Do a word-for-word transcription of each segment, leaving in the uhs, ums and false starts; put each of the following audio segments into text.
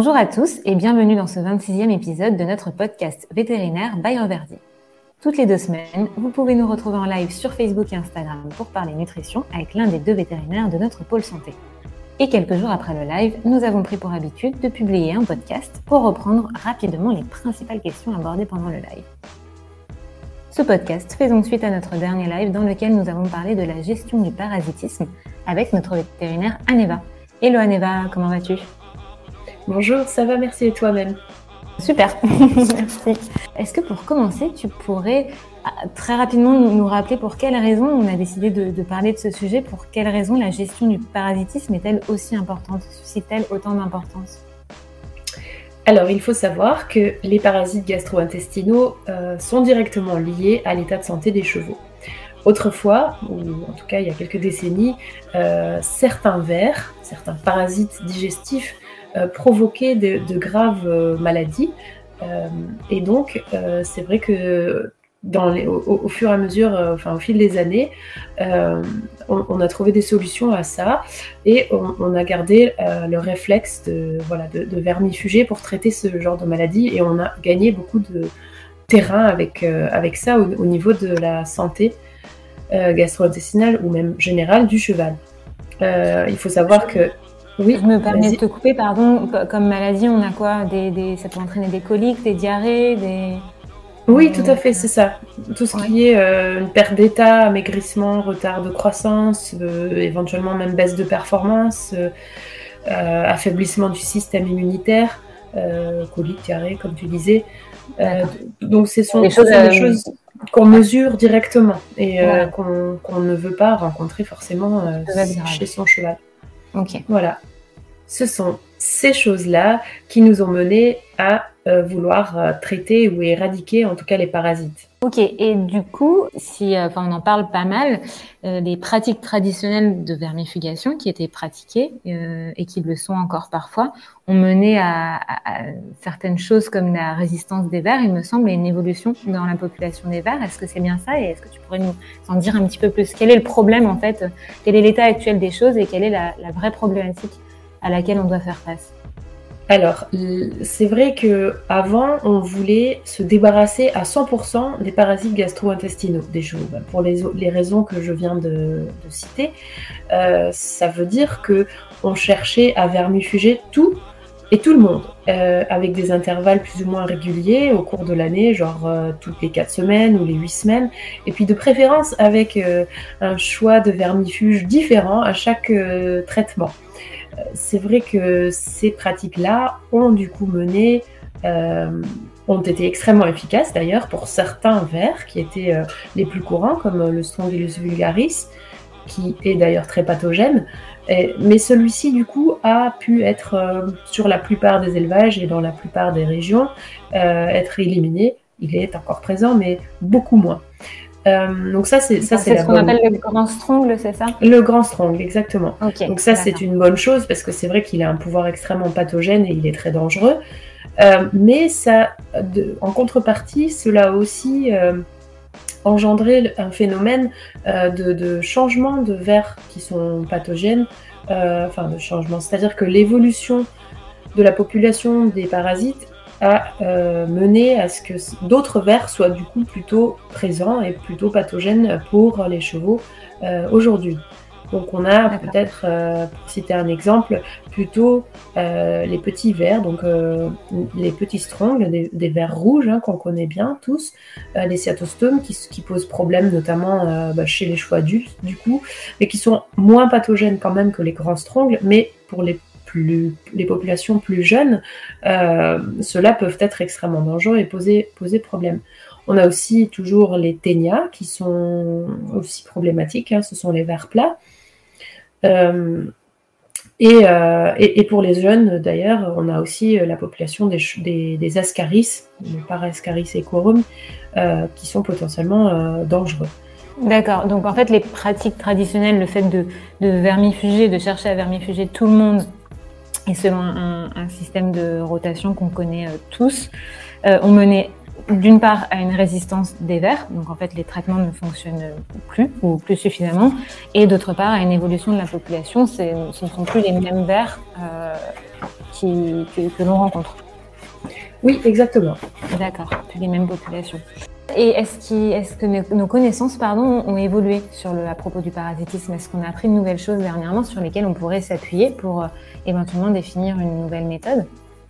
Bonjour à tous et bienvenue dans ce vingt-sixième épisode de notre podcast vétérinaire by Reverdy. Toutes les deux semaines, vous pouvez nous retrouver en live sur Facebook et Instagram pour parler nutrition avec l'un des deux vétérinaires de notre pôle santé. Et quelques jours après le live, nous avons pris pour habitude de publier un podcast pour reprendre rapidement les principales questions abordées pendant le live. Ce podcast fait donc suite à notre dernier live dans lequel nous avons parlé de la gestion du parasitisme avec notre vétérinaire Aneva. Hello Aneva, comment vas-tu ? Bonjour, ça va, merci, et toi-même ? Super, merci. Est-ce que pour commencer, tu pourrais très rapidement nous rappeler pour quelles raisons on a décidé de, de parler de ce sujet, pour quelles raisons la gestion du parasitisme est-elle aussi importante, suscite-t-elle autant d'importance ? Alors, il faut savoir que les parasites gastro-intestinaux euh, sont directement liés à l'état de santé des chevaux. Autrefois, ou en tout cas il y a quelques décennies, euh, certains vers, certains parasites digestifs euh, provoquaient de, de graves euh, maladies. Euh, et donc, euh, c'est vrai que dans les, au, au fur et à mesure, euh, enfin au fil des années, euh, on, on a trouvé des solutions à ça et on, on a gardé euh, le réflexe de, voilà, de, de vermifuger pour traiter ce genre de maladie et on a gagné beaucoup de terrain avec, euh, avec ça au, au niveau de la santé euh, gastro-intestinale ou même générale du cheval. Euh, il faut savoir que Oui, je me permets vas-y. de te couper, pardon. Comme maladie, on a quoi des, des, ça peut entraîner des coliques, des diarrhées, des... Oui, tout à fait, c'est ça. Tout ce ouais. qui est euh, une perte d'état, amaigrissement, retard de croissance, euh, éventuellement même baisse de performance, euh, euh, affaiblissement du système immunitaire, euh, colique, diarrhée, comme tu disais. Euh, donc, ce sont, ce sont des euh... choses qu'on mesure directement et euh, voilà. qu'on, qu'on ne veut pas rencontrer forcément euh, chez son cheval. Ok. Voilà. Ce sont ces choses-là qui nous ont menés à euh, vouloir euh, traiter ou éradiquer en tout cas les parasites. Ok, et du coup, si, euh, enfin, on en parle pas mal, euh, les pratiques traditionnelles de vermifugation qui étaient pratiquées euh, et qui le sont encore parfois, ont mené à, à, à certaines choses comme la résistance des vers, il me semble, et une évolution dans la population des vers. Est-ce que c'est bien ça ? Et est-ce que tu pourrais nous en dire un petit peu plus ? Quel est le problème en fait ? Quel est l'état actuel des choses et quelle est la, la vraie problématique à laquelle on doit faire face ? Alors, c'est vrai qu'avant, on voulait se débarrasser à cent pour cent des parasites gastro-intestinaux des chevaux. Pour les, les raisons que je viens de, de citer, euh, ça veut dire qu'on cherchait à vermifuger tout et tout le monde, euh, avec des intervalles plus ou moins réguliers au cours de l'année, genre euh, toutes les quatre semaines ou les huit semaines, et puis de préférence avec euh, un choix de vermifuge différent à chaque euh, traitement. C'est vrai que ces pratiques-là ont du coup mené, euh, ont été extrêmement efficaces d'ailleurs pour certains vers qui étaient euh, les plus courants, comme le Strongylus vulgaris, qui est d'ailleurs très pathogène. Et, mais celui-ci du coup a pu être euh, sur la plupart des élevages et dans la plupart des régions euh, être éliminé. Il est encore présent, mais beaucoup moins. Euh, donc ça c'est ça c'est, c'est ce qu'on bonne... appelle le grand strongle, c'est ça ? Le grand strongle, exactement. Okay, donc ça d'accord. C'est une bonne chose parce que c'est vrai qu'il a un pouvoir extrêmement pathogène et il est très dangereux. Euh, mais ça, de, en contrepartie, cela a aussi euh, engendré un phénomène euh, de, de changement de vers qui sont pathogènes, euh, enfin de changement, c'est-à-dire que l'évolution de la population des parasites a euh, mené à ce que d'autres vers soient du coup plutôt présents et plutôt pathogènes pour les chevaux euh, aujourd'hui. Donc on a D'accord. peut-être, euh, pour citer un exemple, plutôt euh, les petits vers, donc euh, les petits strongles, des, des vers rouges hein, qu'on connaît bien tous, euh, les cyatostomes qui, qui posent problème notamment euh, bah, chez les chevaux adultes du coup, mais qui sont moins pathogènes quand même que les grands strongles, mais pour les Plus, les populations plus jeunes, euh, ceux-là peuvent être extrêmement dangereux et poser, poser problème. On a aussi toujours les ténias qui sont aussi problématiques, hein, ce sont les vers plats. Euh, et, euh, et, et pour les jeunes, d'ailleurs, on a aussi la population des, des, des ascaris, les Parascaris equorum, euh, qui sont potentiellement euh, dangereux. D'accord, donc en fait les pratiques traditionnelles, le fait de, de vermifuger, de chercher à vermifuger tout le monde, et selon un, un système de rotation qu'on connaît euh, tous, euh, ont mené d'une part à une résistance des vers, donc en fait les traitements ne fonctionnent plus ou plus suffisamment, et d'autre part à une évolution de la population, c'est, ce ne sont plus les mêmes vers euh, qui, que, que l'on rencontre. Oui, exactement. D'accord, les mêmes populations. Et est-ce, qu'il, est-ce que nos connaissances pardon, ont évolué sur le, à propos du parasitisme? Est-ce qu'on a appris de nouvelles choses dernièrement sur lesquelles on pourrait s'appuyer pour euh, éventuellement définir une nouvelle méthode?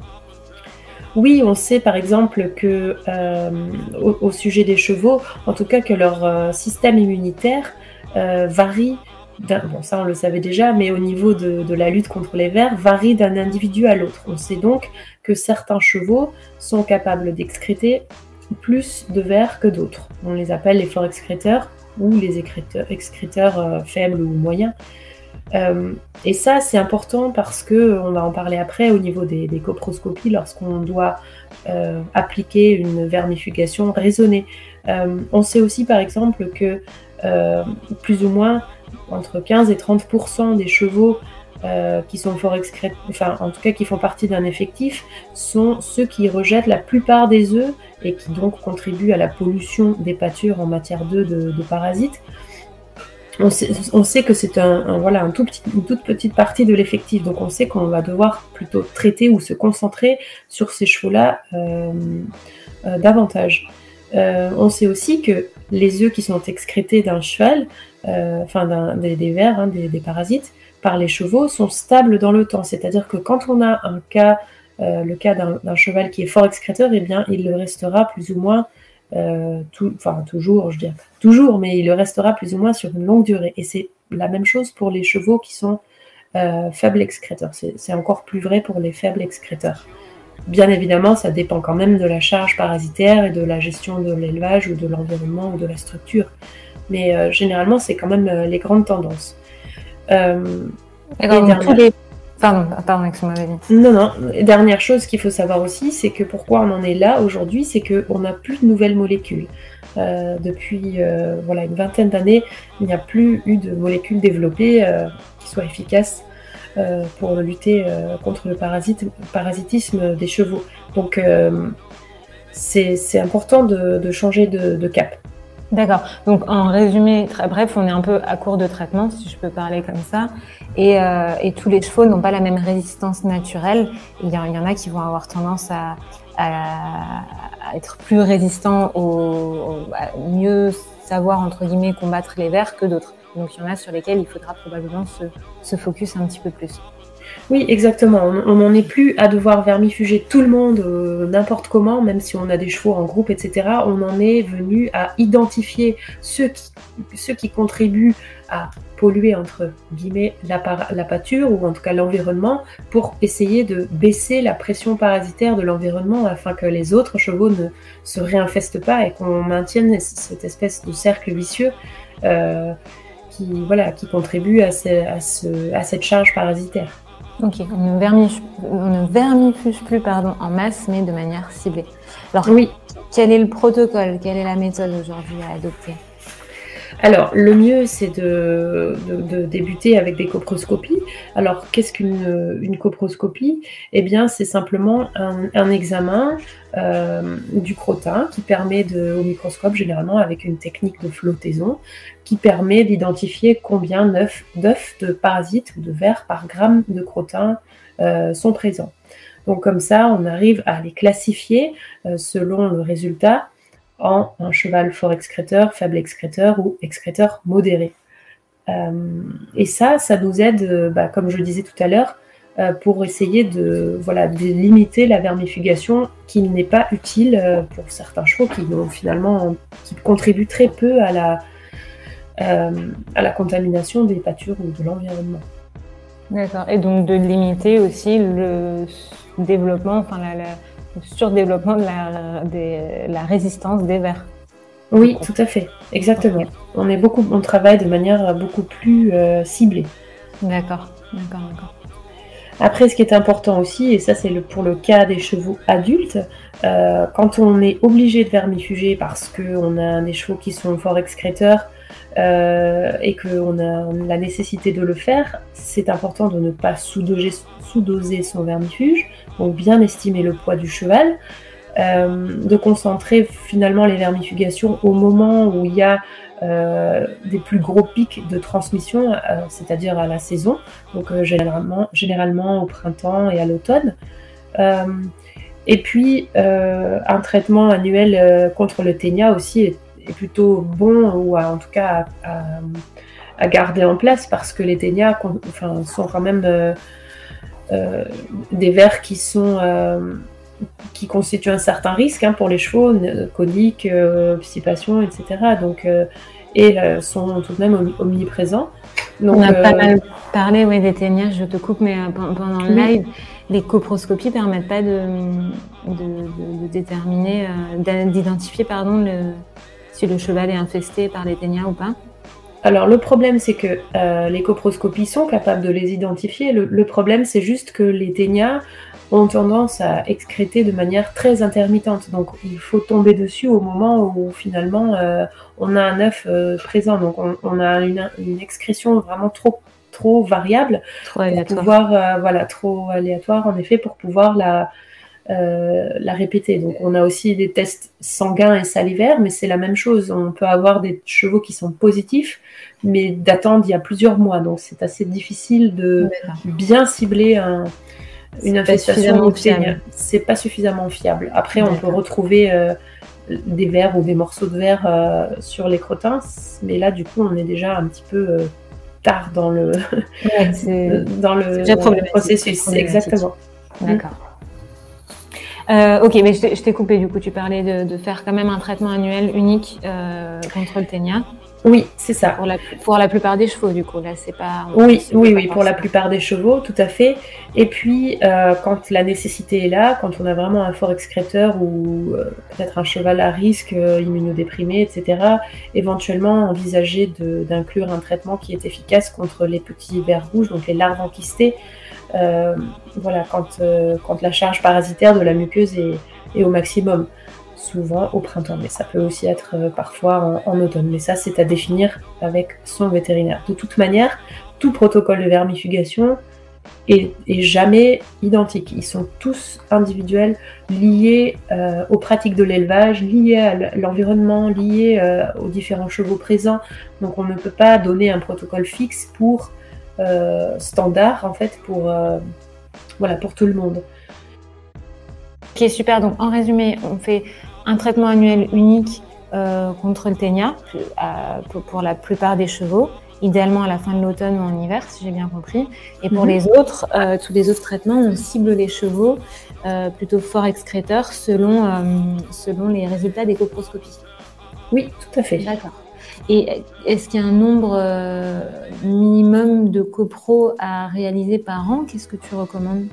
Oui, on sait par exemple que euh, au, au sujet des chevaux, en tout cas que leur euh, système immunitaire euh, varie. Bon, ça on le savait déjà, mais au niveau de, de la lutte contre les vers, varie d'un individu à l'autre. On sait donc que certains chevaux sont capables d'excréter plus de vers que d'autres. On les appelle les forts excréteurs ou les excréteurs, excréteurs euh, faibles ou moyens. Euh, et ça, c'est important parce que, on va en parler après, au niveau des, des coproscopies, lorsqu'on doit euh, appliquer une vermifugation raisonnée. Euh, on sait aussi, par exemple, que euh, plus ou moins entre quinze et trente pour cent des chevaux euh, qui sont fort excréteurs, enfin en tout cas qui font partie d'un effectif, sont ceux qui rejettent la plupart des œufs et qui donc contribuent à la pollution des pâtures en matière d'œufs de, de parasites. On sait, on sait que c'est un, un, voilà, un tout petit, une toute petite partie de l'effectif, donc on sait qu'on va devoir plutôt traiter ou se concentrer sur ces chevaux-là euh, euh, davantage. Euh, on sait aussi que les œufs qui sont excrétés d'un cheval, euh, enfin d'un, des, des vers, hein, des, des parasites, par les chevaux, sont stables dans le temps. C'est-à-dire que quand on a un cas, euh, le cas d'un, d'un cheval qui est fort excréteur, eh bien, il le restera plus ou moins, euh, tout, enfin toujours, je dirais toujours, mais il le restera plus ou moins sur une longue durée. Et c'est la même chose pour les chevaux qui sont euh, faibles excréteurs. C'est, c'est encore plus vrai pour les faibles excréteurs. Bien évidemment, ça dépend quand même de la charge parasitaire et de la gestion de l'élevage ou de l'environnement ou de la structure. Mais euh, généralement, c'est quand même euh, les grandes tendances. Euh, D'accord, donc tous les... Pardon, pardon, excuse-moi, vas-y. Non, non. Dernière chose qu'il faut savoir aussi, c'est que pourquoi on en est là aujourd'hui, c'est qu'on n'a plus de nouvelles molécules. Euh, depuis euh, voilà, une vingtaine d'années, il n'y a plus eu de molécules développées euh, qui soient efficaces euh, pour lutter euh, contre le parasite, parasitisme des chevaux. Donc, euh, c'est, c'est important de, de changer de, de cap. D'accord. Donc, en résumé, très bref, on est un peu à court de traitement, si je peux parler comme ça. Et, euh, et tous les chevaux n'ont pas la même résistance naturelle. Il y, il y en a qui vont avoir tendance à, à, à être plus résistants, au, au, à mieux savoir, entre guillemets, combattre les vers que d'autres. Donc, il y en a sur lesquels il faudra probablement se, se focus un petit peu plus. Oui, exactement. On n'en est plus à devoir vermifuger tout le monde euh, n'importe comment, même si on a des chevaux en groupe, et cetera. On en est venu à identifier ceux qui, ceux qui contribuent à polluer, entre guillemets, la, par, la pâture, ou en tout cas l'environnement, pour essayer de baisser la pression parasitaire de l'environnement afin que les autres chevaux ne se réinfestent pas et qu'on maintienne cette espèce de cercle vicieux euh, qui, voilà, qui contribue à, ce, à, ce, à cette charge parasitaire. Ok, on ne vermifuge, on ne vermifuge plus pardon, en masse, mais de manière ciblée. Alors, oui. Quel est le protocole? Quelle est la méthode aujourd'hui à adopter? Alors, le mieux, c'est de, de, de débuter avec des coproscopies. Alors, qu'est-ce qu'une une coproscopie? Eh bien, c'est simplement un, un examen euh, du crottin qui permet, de, au microscope, généralement avec une technique de flottaison, qui permet d'identifier combien d'œufs, d'œufs de parasites ou de vers par gramme de crottin euh, sont présents. Donc, comme ça, on arrive à les classifier euh, selon le résultat en un cheval fort excréteur, faible excréteur ou excréteur modéré. Euh, et ça, ça nous aide, bah, comme je le disais tout à l'heure, euh, pour essayer de, voilà, de limiter la vermifugation qui n'est pas utile euh, pour certains chevaux qui, ont, finalement, qui contribuent très peu à la, euh, à la contamination des pâtures ou de l'environnement. D'accord. Et donc de limiter aussi le développement, enfin la, la le surdéveloppement de la, de la résistance des vers. Oui, tout à fait, exactement. Okay. On est beaucoup, on travaille de manière beaucoup plus euh, ciblée. D'accord, d'accord, d'accord. Après, ce qui est important aussi, et ça c'est le, pour le cas des chevaux adultes, euh, quand on est obligé de vermifuger parce qu'on a des chevaux qui sont fort excréteurs euh, et qu'on a la nécessité de le faire, c'est important de ne pas sous-doser, sous-doser son vermifuge, donc bien estimer le poids du cheval, euh, de concentrer finalement les vermifugations au moment où il y a euh, des plus gros pics de transmission, euh, c'est-à-dire à la saison, donc euh, généralement, généralement au printemps et à l'automne. Euh, et puis euh, un traitement annuel euh, contre le ténia aussi est, est plutôt bon, ou à, en tout cas à, à, à garder en place, parce que les ténias enfin, sont quand même euh, euh, des vers qui sont euh, qui constituent un certain risque hein, pour les chevaux, coliques, euh, obstipation, et cetera. Donc, euh, et euh, sont tout de même omniprésents. Donc, on a euh, pas mal parlé ouais, des ténias, je te coupe, mais euh, pendant le oui. live, les coproscopies ne permettent pas de, de, de, de déterminer, euh, d'identifier pardon, le, si le cheval est infesté par les ténias ou pas. Alors le problème, c'est que euh, les coproscopies sont capables de les identifier. Le, le problème, c'est juste que les ténias ont tendance à excréter de manière très intermittente. Donc il faut tomber dessus au moment où finalement euh, on a un œuf euh, présent. Donc on, on a une, une excrétion vraiment trop trop variable, trop aléatoire. Pour pouvoir, euh, voilà, trop aléatoire en effet, pour pouvoir la Euh, la répéter. Donc on a aussi des tests sanguins et salivaires, mais c'est la même chose. On peut avoir des chevaux qui sont positifs, mais datant d'il y a plusieurs mois. Donc c'est assez difficile de bien cibler un, une infestation au ténia. C'est pas suffisamment fiable. Après, on peut retrouver euh, des vers ou des morceaux de verre euh, sur les crottins, mais là, du coup, on est déjà un petit peu euh, tard dans le, ouais, dans le, le processus. Exactement. D'accord. Euh, ok, mais je t'ai coupé du coup, tu parlais de, de faire quand même un traitement annuel unique euh, contre le ténia. Oui, c'est ça. Pour la, pour la plupart des chevaux, du coup, là, c'est pas... Oui, oui, oui, pour la plupart des chevaux, tout à fait. Et puis, euh, quand la nécessité est là, quand on a vraiment un fort excréteur ou euh, peut-être un cheval à risque, euh, immunodéprimé, et cetera, éventuellement envisager d'inclure un traitement qui est efficace contre les petits vers rouges, donc les larves enquistées. Euh, voilà, quand, euh, quand la charge parasitaire de la muqueuse est, est au maximum, souvent au printemps, mais ça peut aussi être euh, parfois en, en automne. Mais ça, c'est à définir avec son vétérinaire. De toute manière, tout protocole de vermifugation est, est jamais identique. Ils sont tous individuels, liés euh, aux pratiques de l'élevage, liés à l'environnement, liés euh, aux différents chevaux présents. Donc on ne peut pas donner un protocole fixe pour Euh, standard en fait pour, euh, voilà, pour tout le monde. Ok, super. Donc en résumé, on fait un traitement annuel unique euh, contre le ténia euh, pour, pour la plupart des chevaux, idéalement à la fin de l'automne ou en hiver, si j'ai bien compris. Et pour mm-hmm. les autres, euh, tous les autres traitements, on cible les chevaux euh, plutôt fort excréteurs selon, euh, selon les résultats des coproscopies. Oui, tout à fait. D'accord. Et est-ce qu'il y a un nombre euh, minimum de copros à réaliser par an? Qu'est-ce que tu recommandes?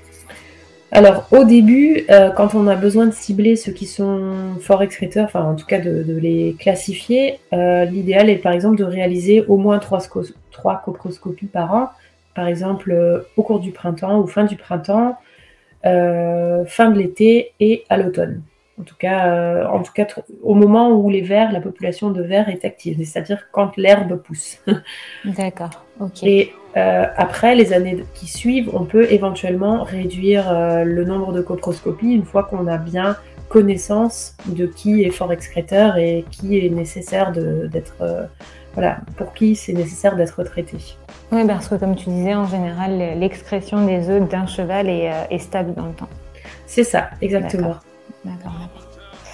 Alors au début, euh, quand on a besoin de cibler ceux qui sont fort excréteurs, enfin en tout cas de, de les classifier, euh, l'idéal est par exemple de réaliser au moins trois, trois coproscopies par an, par exemple euh, au cours du printemps ou fin du printemps, euh, fin de l'été et à l'automne. En tout cas, euh, en tout cas, au moment où les vers, la population de vers est active, c'est-à-dire quand l'herbe pousse. D'accord, ok. Et euh, après, les années qui suivent, on peut éventuellement réduire euh, le nombre de coproscopies une fois qu'on a bien connaissance de qui est fort excréteur et qui est nécessaire d'être, euh, voilà, pour qui c'est nécessaire d'être traité. Oui, parce que comme tu disais, en général, l'excrétion des œufs d'un cheval est, euh, est stable dans le temps. C'est ça, exactement. D'accord, d'accord.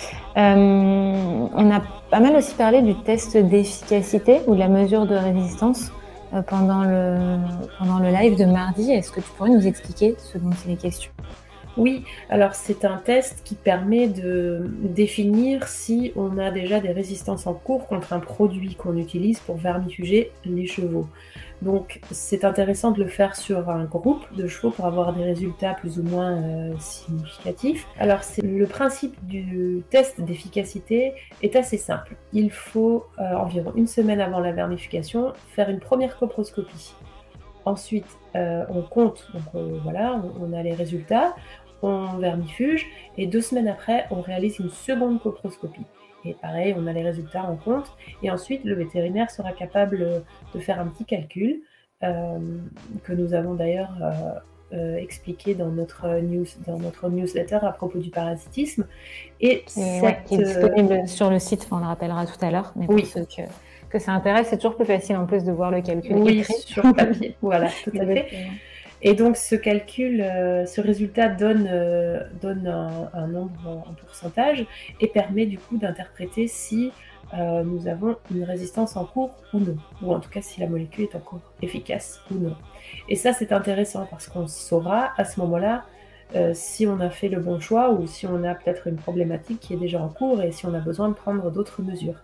Euh, on a pas mal aussi parlé du test d'efficacité ou de la mesure de résistance euh, pendant, le, pendant le live de mardi. Est-ce que tu pourrais nous expliquer ce dont il est question? Oui, alors c'est un test qui permet de définir si on a déjà des résistances en cours contre un produit qu'on utilise pour vermifuger les chevaux. Donc c'est intéressant de le faire sur un groupe de chevaux pour avoir des résultats plus ou moins euh, significatifs. Alors c'est, le principe du test d'efficacité est assez simple. Il faut euh, environ une semaine avant la vermification faire une première coproscopie. Ensuite, euh, on compte, donc euh, voilà, on, on a les résultats, on vermifuge, et deux semaines après, on réalise une seconde coproscopie. Et pareil, on a les résultats en compte, et ensuite, le vétérinaire sera capable de faire un petit calcul, euh, que nous avons d'ailleurs euh, euh, expliqué dans notre, news, dans notre newsletter à propos du parasitisme. Et, et cette, ouais, qui est disponible euh... sur le site, on le rappellera tout à l'heure, mais pour oui. ceux que, que ça intéresse, c'est toujours plus facile en plus de voir le calcul oui, écrit. sur papier, voilà, tout à fait. Et donc ce calcul, euh, ce résultat donne, euh, donne un, un nombre en pourcentage et permet du coup d'interpréter si euh, nous avons une résistance en cours ou non, ou en tout cas si la molécule est encore efficace ou non. Et ça c'est intéressant parce qu'on saura à ce moment-là euh, si on a fait le bon choix ou si on a peut-être une problématique qui est déjà en cours et si on a besoin de prendre d'autres mesures.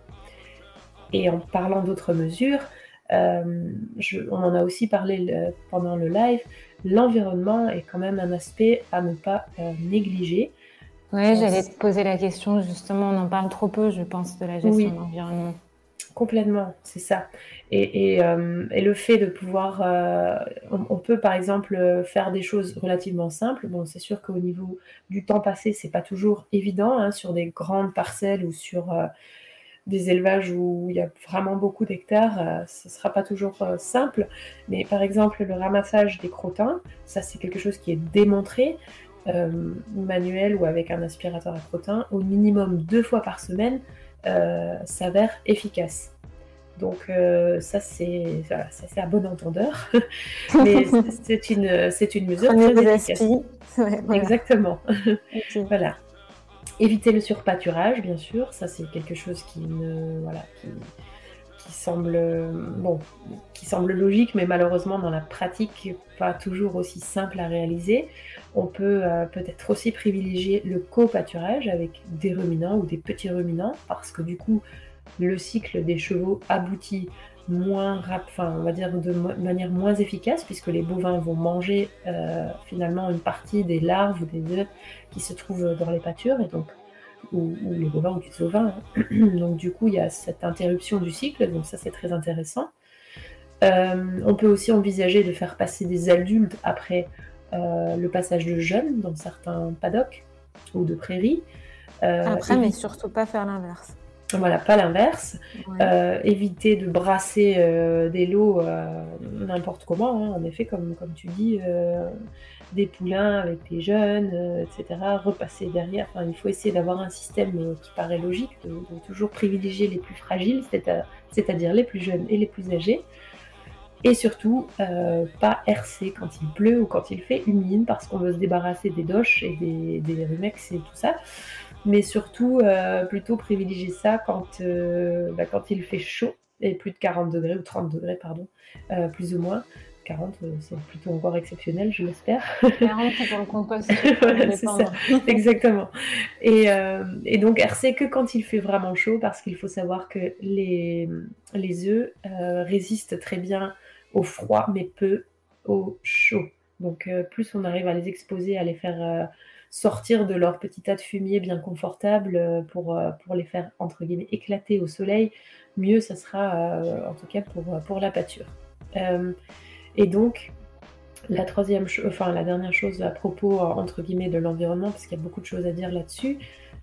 Et en parlant d'autres mesures, Euh, je, on en a aussi parlé le, pendant le live, l'environnement est quand même un aspect à ne pas euh, négliger. Oui, j'allais te poser la question, justement, on en parle trop peu, je pense, de la gestion oui, de l'environnement. Complètement, c'est ça. Et, et, euh, et le fait de pouvoir... Euh, on, on peut, par exemple, faire des choses relativement simples. Bon, c'est sûr qu'au niveau du temps passé, c'est pas toujours évident, hein, sur des grandes parcelles ou sur... Euh, des élevages où il y a vraiment beaucoup d'hectares, euh, ce ne sera pas toujours euh, simple. Mais par exemple, le ramassage des crottins, ça c'est quelque chose qui est démontré, euh, manuel ou avec un aspirateur à crottins, au minimum deux fois par semaine, euh, s'avère efficace. Donc euh, ça c'est voilà, ça c'est à bon entendeur, mais c'est une c'est une mesure très efficace. Ouais, voilà. Exactement. Okay. Voilà. Éviter le surpâturage, bien sûr, ça c'est quelque chose qui ne, voilà, qui, qui semble, bon, qui semble logique, mais malheureusement dans la pratique pas toujours aussi simple à réaliser. On peut euh, peut-être aussi privilégier le copâturage avec des ruminants ou des petits ruminants, parce que du coup le cycle des chevaux aboutit moins rap, enfin on va dire de mo- manière moins efficace, puisque les bovins vont manger euh, finalement une partie des larves ou des œufs qui se trouvent dans les pâtures, et donc ou, ou les bovins ou les ovins. Hein. Donc du coup il y a cette interruption du cycle, donc ça c'est très intéressant. Euh, on peut aussi envisager de faire passer des adultes après euh, le passage de jeunes dans certains paddocks ou de prairies. Euh, après, et... mais surtout pas faire l'inverse. Voilà, pas l'inverse. Ouais. Euh, éviter de brasser euh, des lots euh, n'importe comment, hein. En effet, comme, comme tu dis, euh, des poulains avec des jeunes, euh, et cetera. Repasser derrière. Enfin, il faut essayer d'avoir un système euh, qui paraît logique, de, de toujours privilégier les plus fragiles, c'est-à, c'est-à-dire les plus jeunes et les plus âgés. Et surtout, euh, pas herser quand il pleut ou quand il fait humide, parce qu'on veut se débarrasser des doches et des, des rumex et tout ça. Mais surtout, euh, plutôt privilégier ça quand, euh, bah, quand il fait chaud, et plus de quarante degrés, ou trente degrés, pardon, euh, plus ou moins. quarante, euh, c'est plutôt encore exceptionnel, je l'espère. quarante, c'est pour le compost. Voilà, c'est ça, exactement. Et, euh, et donc, herser que quand il fait vraiment chaud, parce qu'il faut savoir que les, les œufs euh, résistent très bien au froid, mais peu au chaud. Donc, euh, plus on arrive à les exposer, à les faire... Euh, sortir de leur petit tas de fumier bien confortable pour, pour les faire, entre guillemets, éclater au soleil, mieux ça sera, euh, en tout cas, pour, pour la pâture. Euh, et donc, la troisième chose, enfin, la dernière chose à propos, entre guillemets, de l'environnement, parce qu'il y a beaucoup de choses à dire là-dessus,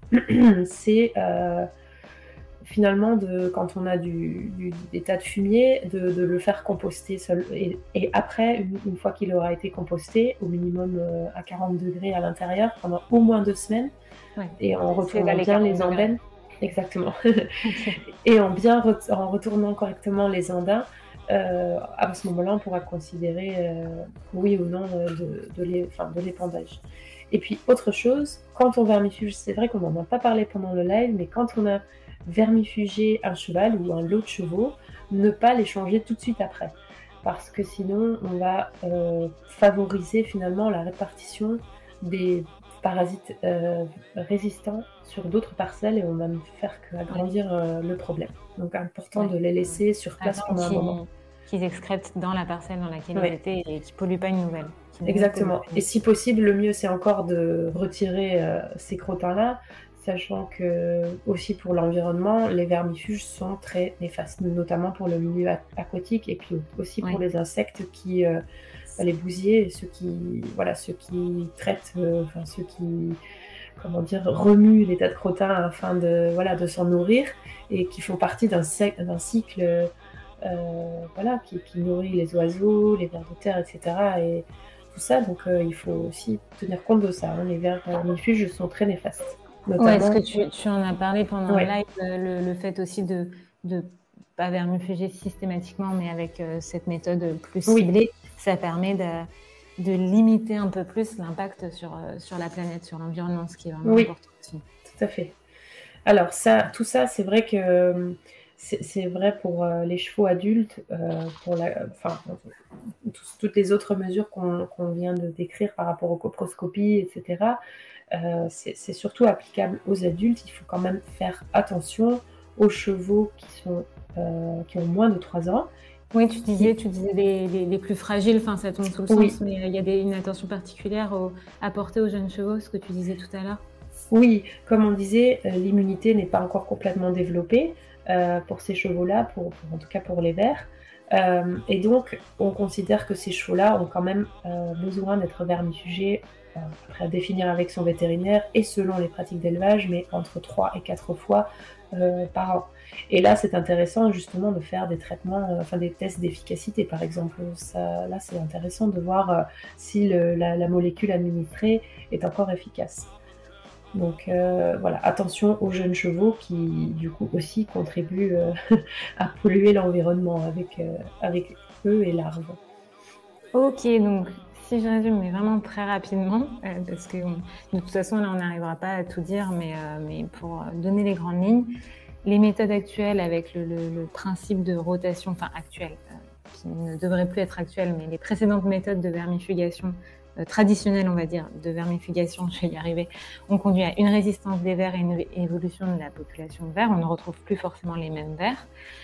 c'est... Euh, finalement, de, quand on a du, du, des tas de fumier, de, de le faire composter seul. Et, et après, une, une fois qu'il aura été composté, au minimum euh, à quarante degrés à l'intérieur, pendant au moins deux semaines, ouais. Et en retournant bien les andins, exactement, okay. Et en bien re- en retournant correctement les andins, euh, à ce moment-là, on pourra considérer euh, oui ou non euh, de, de, l'é- enfin, de l'épandage. Et puis, autre chose, quand on vermifuge, c'est vrai qu'on n'en a pas parlé pendant le live, mais quand on a vermifuger un cheval ou un lot de chevaux, ne pas les changer tout de suite après. Parce que sinon, on va euh, favoriser finalement la répartition des parasites euh, résistants sur d'autres parcelles et on va ne faire qu'agrandir euh, le problème. Donc, important ouais. de les laisser sur place Avant pendant un moment. Qu'ils excrètent dans la parcelle dans laquelle ouais. ils étaient et qui ne polluent pas une nouvelle. Exactement. Et si possible, le mieux, c'est encore de retirer euh, ces crottins-là, sachant que, aussi pour l'environnement, les vermifuges sont très néfastes, notamment pour le milieu aquatique et puis aussi pour oui. les insectes qui, euh, les bousiers, ceux qui, voilà, ceux qui traitent, euh, enfin ceux qui, comment dire, remuent les tas de crottins afin de, voilà, de s'en nourrir et qui font partie d'un, sec, d'un cycle, euh, voilà, qui, qui nourrit les oiseaux, les vers de terre, et cetera. Et tout ça. Donc, euh, il faut aussi tenir compte de ça. Hein. Les vers vermifuges sont très néfastes. Notamment... Ouais, est-ce que tu, tu en as parlé pendant ouais. le live, le, le fait aussi de ne pas vermifuger systématiquement, mais avec euh, cette méthode plus ciblée, oui. Ça permet de, de limiter un peu plus l'impact sur, euh, sur la planète, sur l'environnement, ce qui est vraiment oui, important aussi. Tout à fait. Alors, ça, tout ça, c'est vrai que c'est, c'est vrai pour euh, les chevaux adultes, euh, pour la, enfin, tout, toutes les autres mesures qu'on, qu'on vient de décrire par rapport aux coproscopies, et cetera. Euh, c'est, c'est surtout applicable aux adultes. Il faut quand même faire attention aux chevaux qui, sont, euh, qui ont moins de trois ans. Oui, tu disais, tu disais les, les, les plus fragiles, enfin ça tombe sous le oui. sens, mais il y a des, une attention particulière au, à porter aux jeunes chevaux, ce que tu disais tout à l'heure. Oui, comme on disait, euh, l'immunité n'est pas encore complètement développée euh, pour ces chevaux-là, pour, pour, en tout cas pour les vers. Euh, et donc, on considère que ces chevaux-là ont quand même euh, besoin d'être vermifugés, euh, après à définir avec son vétérinaire et selon les pratiques d'élevage, mais entre trois et quatre fois euh, par an. Et là, c'est intéressant justement de faire des traitements, euh, enfin des tests d'efficacité par exemple. Ça, là, c'est intéressant de voir euh, si le, la, la molécule administrée est encore efficace. Donc euh, voilà, attention aux jeunes chevaux qui du coup aussi contribuent euh, à polluer l'environnement avec, euh, avec eux et larves. Ok, donc si je résume, mais vraiment très rapidement, euh, parce que on, de toute façon là on n'arrivera pas à tout dire, mais, euh, mais pour donner les grandes lignes, les méthodes actuelles avec le, le, le principe de rotation, enfin actuelles, euh, qui ne devrait plus être actuelles, mais les précédentes méthodes de vermifugation Euh, traditionnelle, on va dire, de vermifugation, je vais y arriver, ont conduit à une résistance des vers et une évolution de la population de vers. On ne retrouve plus forcément les mêmes vers.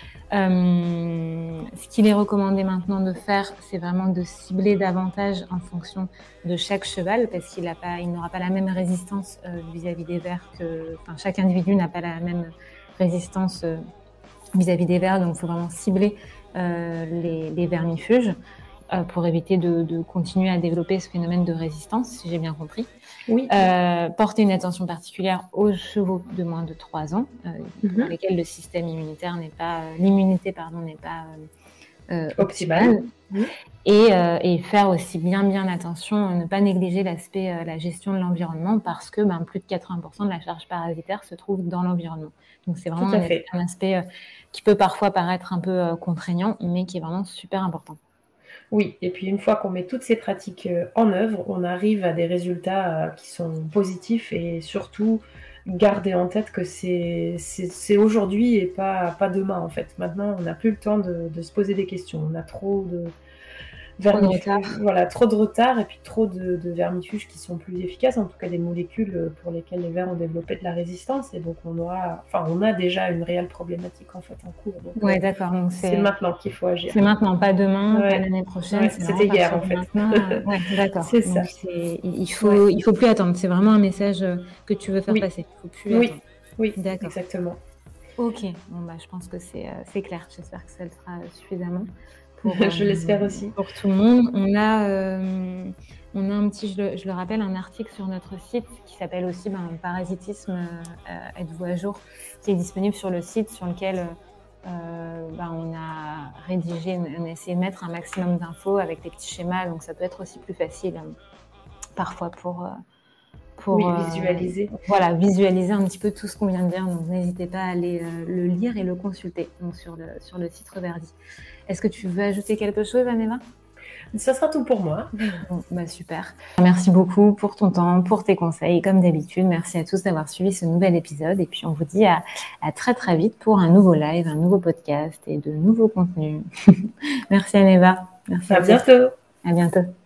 Euh, ce qu'il est recommandé maintenant de faire, c'est vraiment de cibler davantage en fonction de chaque cheval, parce qu'il n'a pas, il n'aura pas la même résistance euh, vis-à-vis des vers que, enfin, chaque individu n'a pas la même résistance euh, vis-à-vis des vers, donc il faut vraiment cibler euh, les, les vermifuges. Pour éviter de, de continuer à développer ce phénomène de résistance, si j'ai bien compris. Oui. Euh, porter une attention particulière aux chevaux de moins de trois ans, euh, mm-hmm. pour lesquels le système immunitaire n'est pas, l'immunité pardon n'est pas euh, optimale. Mmh. Et, euh, et faire aussi bien bien attention, ne pas négliger l'aspect, euh, la gestion de l'environnement, parce que ben, plus de quatre-vingts pour cent de la charge parasitaire se trouve dans l'environnement. Donc c'est vraiment un, un aspect euh, qui peut parfois paraître un peu euh, contraignant, mais qui est vraiment super important. Oui, et puis une fois qu'on met toutes ces pratiques en œuvre, on arrive à des résultats qui sont positifs et surtout garder en tête que c'est, c'est, c'est aujourd'hui et pas, pas demain en fait. Maintenant, on n'a plus le temps de, de se poser des questions. On a trop de vermifuges, voilà, trop de retard et puis trop de, de vermifuges qui sont plus efficaces, en tout cas des molécules pour lesquelles les vers ont développé de la résistance. Et donc on aura, enfin, on a déjà une réelle problématique en fait en cours. Donc, ouais, euh, d'accord. Donc c'est, c'est maintenant qu'il faut agir. C'est maintenant, pas demain, ouais. pas l'année prochaine. Ouais, c'est c'était hier en fait. Euh, ouais, d'accord. C'est donc ça. C'est, il faut, ouais. il faut plus attendre. C'est vraiment un message que tu veux faire oui. passer. Il faut plus oui. attendre. Oui, d'accord. Exactement. Ok. Bon bah, je pense que c'est, euh, c'est clair. J'espère que ça le sera suffisamment. Pour, je euh, l'espère aussi. Pour tout le monde. On a, euh, on a un petit, je le, je le rappelle, un article sur notre site qui s'appelle aussi ben, Parasitisme, euh, êtes-vous à jour, qui est disponible sur le site, sur lequel euh, ben, on a rédigé, on a essayé de mettre un maximum d'infos avec des petits schémas, donc ça peut être aussi plus facile euh, parfois pour... Euh, Pour oui, visualiser. Euh, voilà, visualiser un petit peu tout ce qu'on vient de dire. Donc, n'hésitez pas à aller euh, le lire et le consulter donc, sur, le, sur le site Reverdy. Est-ce que tu veux ajouter quelque chose, Aneva ? Ça sera tout pour moi. Bon, bah super. Merci beaucoup pour ton temps, pour tes conseils, comme d'habitude. Merci à tous d'avoir suivi ce nouvel épisode. Et puis, on vous dit à, à très, très vite pour un nouveau live, un nouveau podcast et de nouveaux contenus. Merci, Aneva. Merci à, à bientôt. À bientôt.